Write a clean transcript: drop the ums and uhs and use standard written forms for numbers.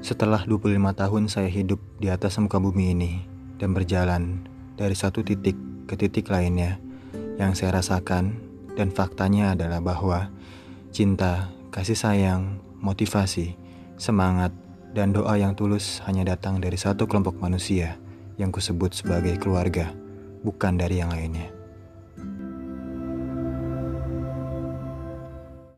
Setelah 25 tahun saya hidup di atas muka bumi ini dan berjalan dari satu titik ke titik lainnya, yang saya rasakan dan faktanya adalah bahwa cinta, kasih sayang, motivasi, semangat, dan doa yang tulus hanya datang dari satu kelompok manusia yang kusebut sebagai keluarga, bukan dari yang lainnya.